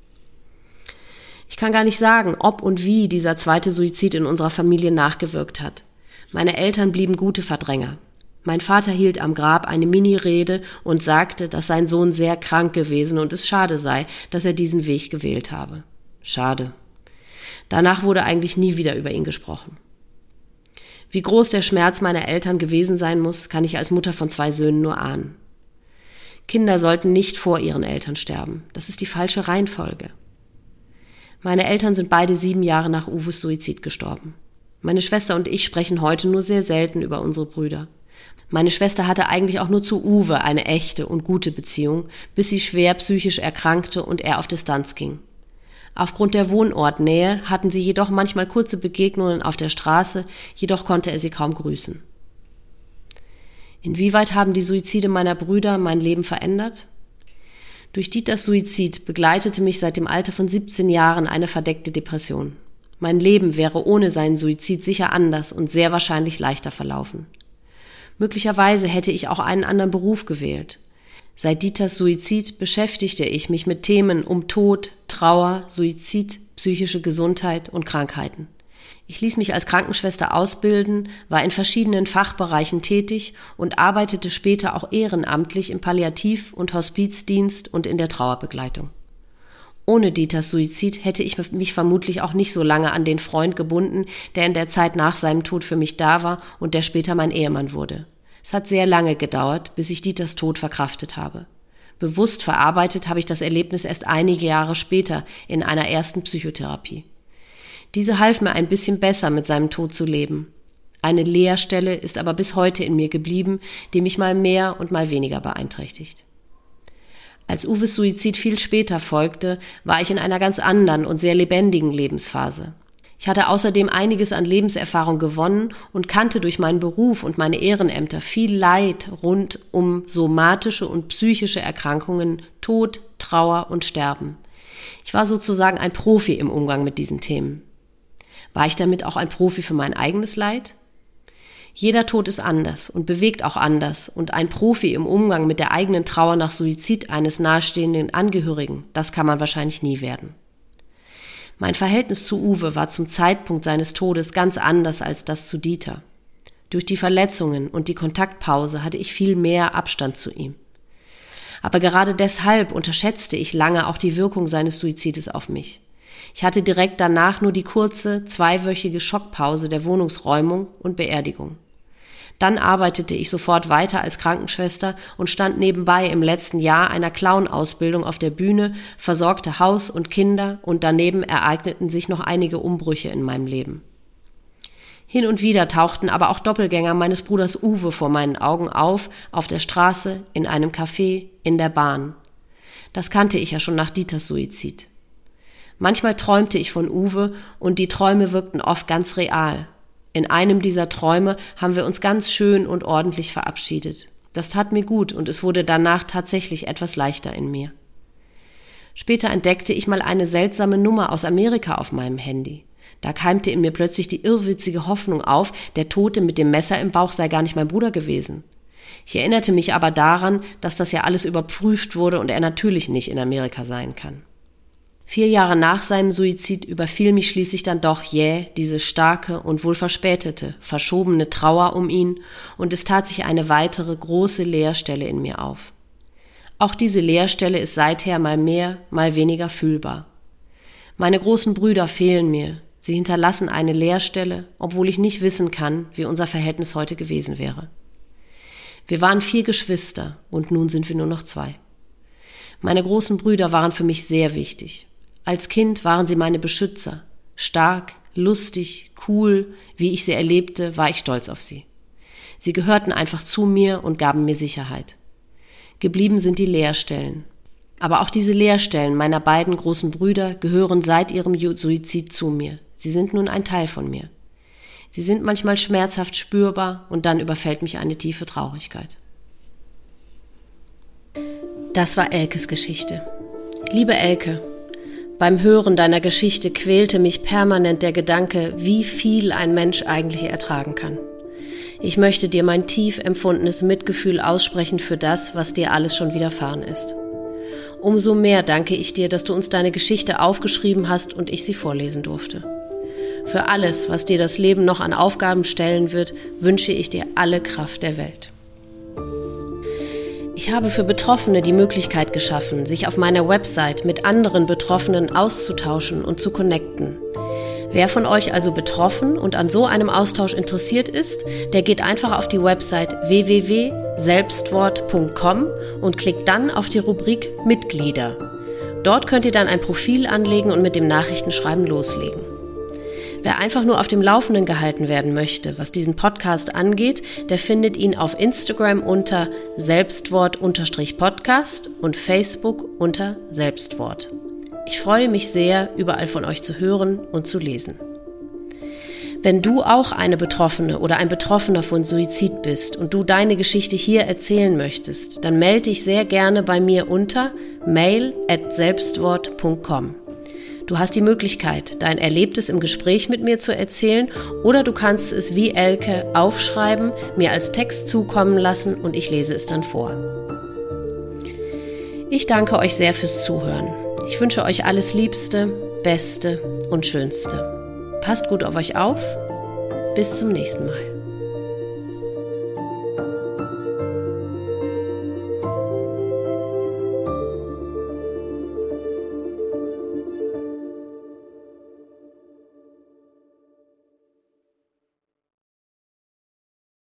Ich kann gar nicht sagen, ob und wie dieser zweite Suizid in unserer Familie nachgewirkt hat. Meine Eltern blieben gute Verdränger. Mein Vater hielt am Grab eine Mini-Rede und sagte, dass sein Sohn sehr krank gewesen und es schade sei, dass er diesen Weg gewählt habe. Schade. Danach wurde eigentlich nie wieder über ihn gesprochen. Wie groß der Schmerz meiner Eltern gewesen sein muss, kann ich als Mutter von 2 Söhnen nur ahnen. Kinder sollten nicht vor ihren Eltern sterben. Das ist die falsche Reihenfolge. Meine Eltern sind beide 7 Jahre nach Uwes Suizid gestorben. Meine Schwester und ich sprechen heute nur sehr selten über unsere Brüder. Meine Schwester hatte eigentlich auch nur zu Uwe eine echte und gute Beziehung, bis sie schwer psychisch erkrankte und er auf Distanz ging. Aufgrund der Wohnortnähe hatten sie jedoch manchmal kurze Begegnungen auf der Straße, jedoch konnte er sie kaum grüßen. Inwieweit haben die Suizide meiner Brüder mein Leben verändert? Durch Dieters Suizid begleitete mich seit dem Alter von 17 Jahren eine verdeckte Depression. Mein Leben wäre ohne seinen Suizid sicher anders und sehr wahrscheinlich leichter verlaufen. Möglicherweise hätte ich auch einen anderen Beruf gewählt. Seit Dieters Suizid beschäftigte ich mich mit Themen um Tod, Trauer, Suizid, psychische Gesundheit und Krankheiten. Ich ließ mich als Krankenschwester ausbilden, war in verschiedenen Fachbereichen tätig und arbeitete später auch ehrenamtlich im Palliativ- und Hospizdienst und in der Trauerbegleitung. Ohne Dieters Suizid hätte ich mich vermutlich auch nicht so lange an den Freund gebunden, der in der Zeit nach seinem Tod für mich da war und der später mein Ehemann wurde. Es hat sehr lange gedauert, bis ich Dieters Tod verkraftet habe. Bewusst verarbeitet habe ich das Erlebnis erst einige Jahre später in einer ersten Psychotherapie. Diese half mir ein bisschen besser, mit seinem Tod zu leben. Eine Leerstelle ist aber bis heute in mir geblieben, die mich mal mehr und mal weniger beeinträchtigt. Als Uwes Suizid viel später folgte, war ich in einer ganz anderen und sehr lebendigen Lebensphase. Ich hatte außerdem einiges an Lebenserfahrung gewonnen und kannte durch meinen Beruf und meine Ehrenämter viel Leid rund um somatische und psychische Erkrankungen, Tod, Trauer und Sterben. Ich war sozusagen ein Profi im Umgang mit diesen Themen. War ich damit auch ein Profi für mein eigenes Leid? Jeder Tod ist anders und bewegt auch anders und ein Profi im Umgang mit der eigenen Trauer nach Suizid eines nahestehenden Angehörigen, das kann man wahrscheinlich nie werden. Mein Verhältnis zu Uwe war zum Zeitpunkt seines Todes ganz anders als das zu Dieter. Durch die Verletzungen und die Kontaktpause hatte ich viel mehr Abstand zu ihm. Aber gerade deshalb unterschätzte ich lange auch die Wirkung seines Suizides auf mich. Ich hatte direkt danach nur die kurze, 2-wöchige Schockpause der Wohnungsräumung und Beerdigung. Dann arbeitete ich sofort weiter als Krankenschwester und stand nebenbei im letzten Jahr einer Clown-Ausbildung auf der Bühne, versorgte Haus und Kinder und daneben ereigneten sich noch einige Umbrüche in meinem Leben. Hin und wieder tauchten aber auch Doppelgänger meines Bruders Uwe vor meinen Augen auf der Straße, in einem Café, in der Bahn. Das kannte ich ja schon nach Dieters Suizid. Manchmal träumte ich von Uwe und die Träume wirkten oft ganz real. In einem dieser Träume haben wir uns ganz schön und ordentlich verabschiedet. Das tat mir gut und es wurde danach tatsächlich etwas leichter in mir. Später entdeckte ich mal eine seltsame Nummer aus Amerika auf meinem Handy. Da keimte in mir plötzlich die irrwitzige Hoffnung auf, der Tote mit dem Messer im Bauch sei gar nicht mein Bruder gewesen. Ich erinnerte mich aber daran, dass das ja alles überprüft wurde und er natürlich nicht in Amerika sein kann. 4 Jahre nach seinem Suizid überfiel mich schließlich dann doch diese starke und wohl verspätete, verschobene Trauer um ihn und es tat sich eine weitere große Leerstelle in mir auf. Auch diese Leerstelle ist seither mal mehr, mal weniger fühlbar. Meine großen Brüder fehlen mir, sie hinterlassen eine Leerstelle, obwohl ich nicht wissen kann, wie unser Verhältnis heute gewesen wäre. Wir waren 4 Geschwister und nun sind wir nur noch 2. Meine großen Brüder waren für mich sehr wichtig. Als Kind waren sie meine Beschützer. Stark, lustig, cool, wie ich sie erlebte, war ich stolz auf sie. Sie gehörten einfach zu mir und gaben mir Sicherheit. Geblieben sind die Leerstellen. Aber auch diese Leerstellen meiner beiden großen Brüder gehören seit ihrem Suizid zu mir. Sie sind nun ein Teil von mir. Sie sind manchmal schmerzhaft spürbar und dann überfällt mich eine tiefe Traurigkeit. Das war Elkes Geschichte. Liebe Elke, beim Hören deiner Geschichte quälte mich permanent der Gedanke, wie viel ein Mensch eigentlich ertragen kann. Ich möchte dir mein tief empfundenes Mitgefühl aussprechen für das, was dir alles schon widerfahren ist. Umso mehr danke ich dir, dass du uns deine Geschichte aufgeschrieben hast und ich sie vorlesen durfte. Für alles, was dir das Leben noch an Aufgaben stellen wird, wünsche ich dir alle Kraft der Welt. Ich habe für Betroffene die Möglichkeit geschaffen, sich auf meiner Website mit anderen Betroffenen auszutauschen und zu connecten. Wer von euch also betroffen und an so einem Austausch interessiert ist, der geht einfach auf die Website www.selbstwort.com und klickt dann auf die Rubrik Mitglieder. Dort könnt ihr dann ein Profil anlegen und mit dem Nachrichtenschreiben loslegen. Wer einfach nur auf dem Laufenden gehalten werden möchte, was diesen Podcast angeht, der findet ihn auf Instagram unter Selbstwort_Podcast und Facebook unter Selbstwort. Ich freue mich sehr, überall von euch zu hören und zu lesen. Wenn du auch eine Betroffene oder ein Betroffener von Suizid bist und du deine Geschichte hier erzählen möchtest, dann melde dich sehr gerne bei mir unter mail@selbstwort.com. Du hast die Möglichkeit, dein Erlebtes im Gespräch mit mir zu erzählen oder du kannst es wie Elke aufschreiben, mir als Text zukommen lassen und ich lese es dann vor. Ich danke euch sehr fürs Zuhören. Ich wünsche euch alles Liebste, Beste und Schönste. Passt gut auf euch auf. Bis zum nächsten Mal.